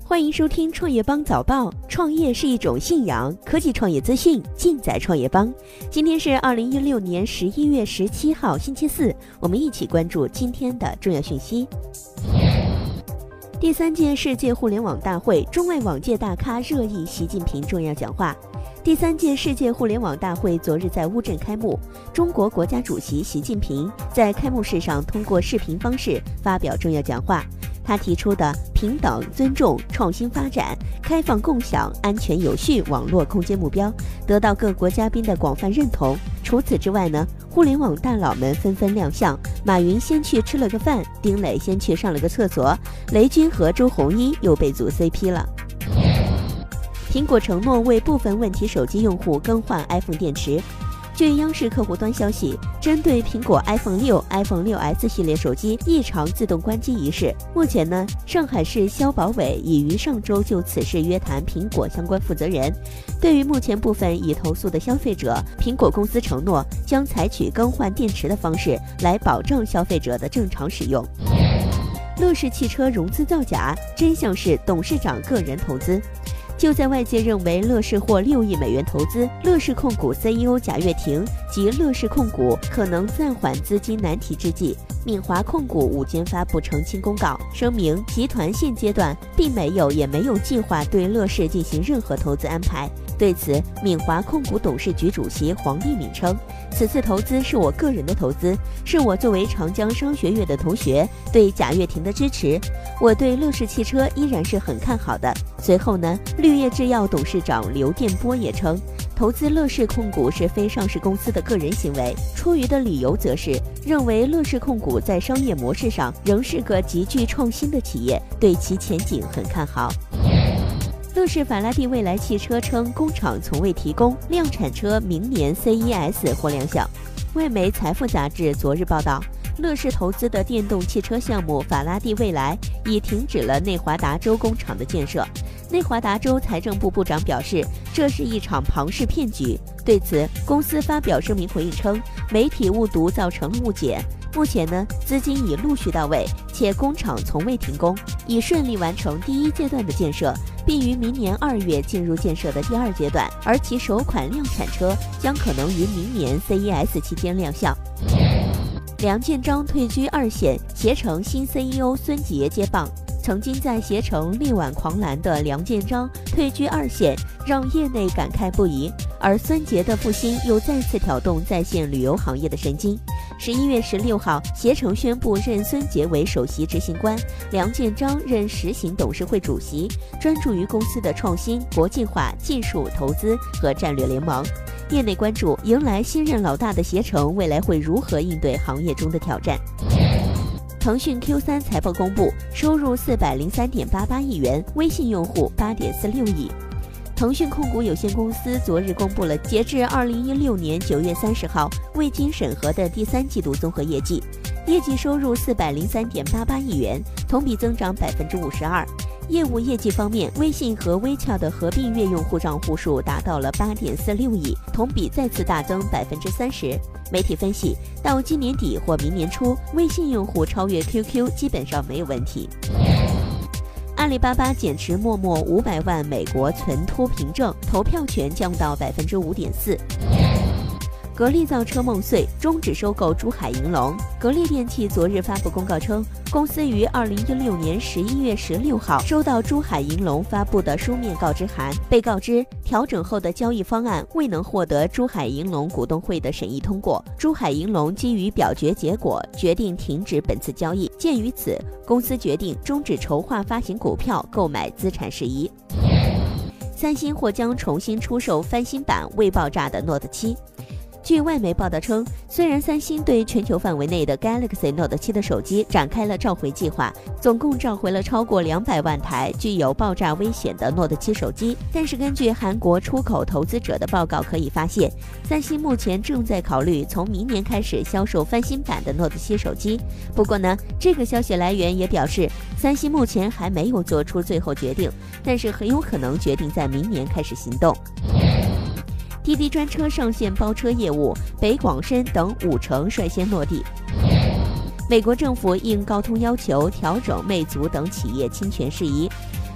欢迎收听创业邦早报。创业是一种信仰，科技创业资讯尽在创业邦。今天是2016年11月17号，星期四，我们一起关注今天的重要讯息。第3届世界互联网大会，中外网界大咖热议习近平重要讲话。第3届世界互联网大会昨日在乌镇开幕，中国国家主席习近平在开幕式上通过视频方式发表重要讲话。他提出的平等、尊重、创新发展、开放共享、安全有序网络空间目标，得到各国嘉宾的广泛认同。除此之外呢，互联网大佬们纷纷亮相，马云先去吃了个饭，丁磊先去上了个厕所，雷军和周鸿祎又被组 CP 了。苹果承诺为部分问题手机用户更换 iPhone 电池。据央视客户端消息，针对苹果 iPhone 6、iPhone 6S 系列手机异常自动关机一事，目前呢，上海市消保委已于上周就此事约谈苹果相关负责人。对于目前部分已投诉的消费者，苹果公司承诺将采取更换电池的方式来保证消费者的正常使用。乐视汽车融资造假，真相是董事长个人投资。就在外界认为乐视获6亿美元投资，乐视控股 CEO 贾跃亭及乐视控股可能暂缓资金难题之际，敏华控股午间发布澄清公告，声明集团现阶段并没有也没有计划对乐视进行任何投资安排。对此，敏华控股董事局主席黄立敏称，此次投资是我个人的投资，是我作为长江商学院的同学对贾跃亭的支持，我对乐视汽车依然是很看好的。随后呢，绿叶制药董事长刘电波也称，投资乐视控股是非上市公司的个人行为，出于的理由则是认为乐视控股在商业模式上仍是个极具创新的企业，对其前景很看好。乐视法拉第未来汽车称，工厂从未提供，量产车明年 CES 或亮相。外媒财富杂志昨日报道，乐视投资的电动汽车项目法拉第未来已停止了内华达州工厂的建设。内华达州财政部部长表示，这是一场庞氏骗局。对此，公司发表声明回应称，媒体误读造成了误解。目前呢，资金已陆续到位，且工厂从未停工，已顺利完成第1阶段的建设，并于明年2月进入建设的第2阶段，而其首款量产车将可能于明年 CES 期间亮相。梁建章退居2线，携程新 CEO 孙杰接棒。曾经在携程力挽狂澜的梁建章退居2线，让业内感慨不已。而孙杰的复兴又再次挑动在线旅游行业的神经。11月16号，携程宣布任孙杰为首席执行官，梁建章任实行董事会主席，专注于公司的创新、国际化、技术、投资和战略联盟。业内关注，迎来新任老大的携程未来会如何应对行业中的挑战。腾讯 Q3 财报公布，收入403.88亿元，微信用户8.46亿。腾讯控股有限公司昨日公布了截至2016年9月30号未经审核的第3季度综合业绩，业绩收入403.88亿元，同比增长52%。业务业绩方面，微信和微俏的合并月用户账户数达到了8.46亿，同比再次大增30%。媒体分析，到今年底或明年初，微信用户超越 QQ 基本上没有问题。阿里巴巴减持陌陌500万美国存突凭证，投票权降到5.4%。格力造车梦碎，终止收购珠海银隆。格力电器昨日发布公告称，公司于2016年11月16号收到珠海银隆发布的书面告知函，被告知调整后的交易方案未能获得珠海银隆股东会的审议通过。珠海银隆基于表决结果，决定停止本次交易。鉴于此，公司决定终止筹划发行股票、购买资产事宜。三星或将重新出售翻新版未爆炸的 Note 7。据外媒报道称，虽然三星对全球范围内的 Galaxy Note 7的手机展开了召回计划，总共召回了超过200万台具有爆炸危险的 Note 7手机，但是根据韩国出口投资者的报告可以发现，三星目前正在考虑从明年开始销售翻新版的 Note 7手机。不过呢，这个消息来源也表示，三星目前还没有做出最后决定，但是很有可能决定在明年开始行动。滴滴专车上线包车业务，北广深等5城率先落地。美国政府应高通要求调整魅族等企业侵权事宜。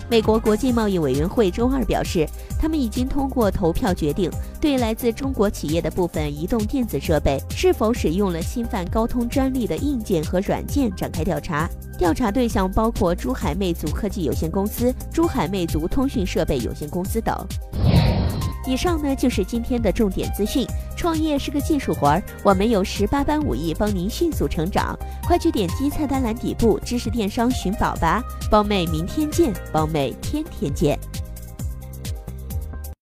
美国国际贸易委员会周二表示，他们已经通过投票决定，对来自中国企业的部分移动电子设备是否使用了侵犯高通专利的硬件和软件展开调查。调查对象包括珠海魅族科技有限公司、珠海魅族通讯设备有限公司等。以上呢就是今天的重点资讯。创业是个技术活儿，我们有18般武艺帮您迅速成长。快去点击菜单栏底部知识电商寻宝吧，帮妹明天见，帮妹天天见。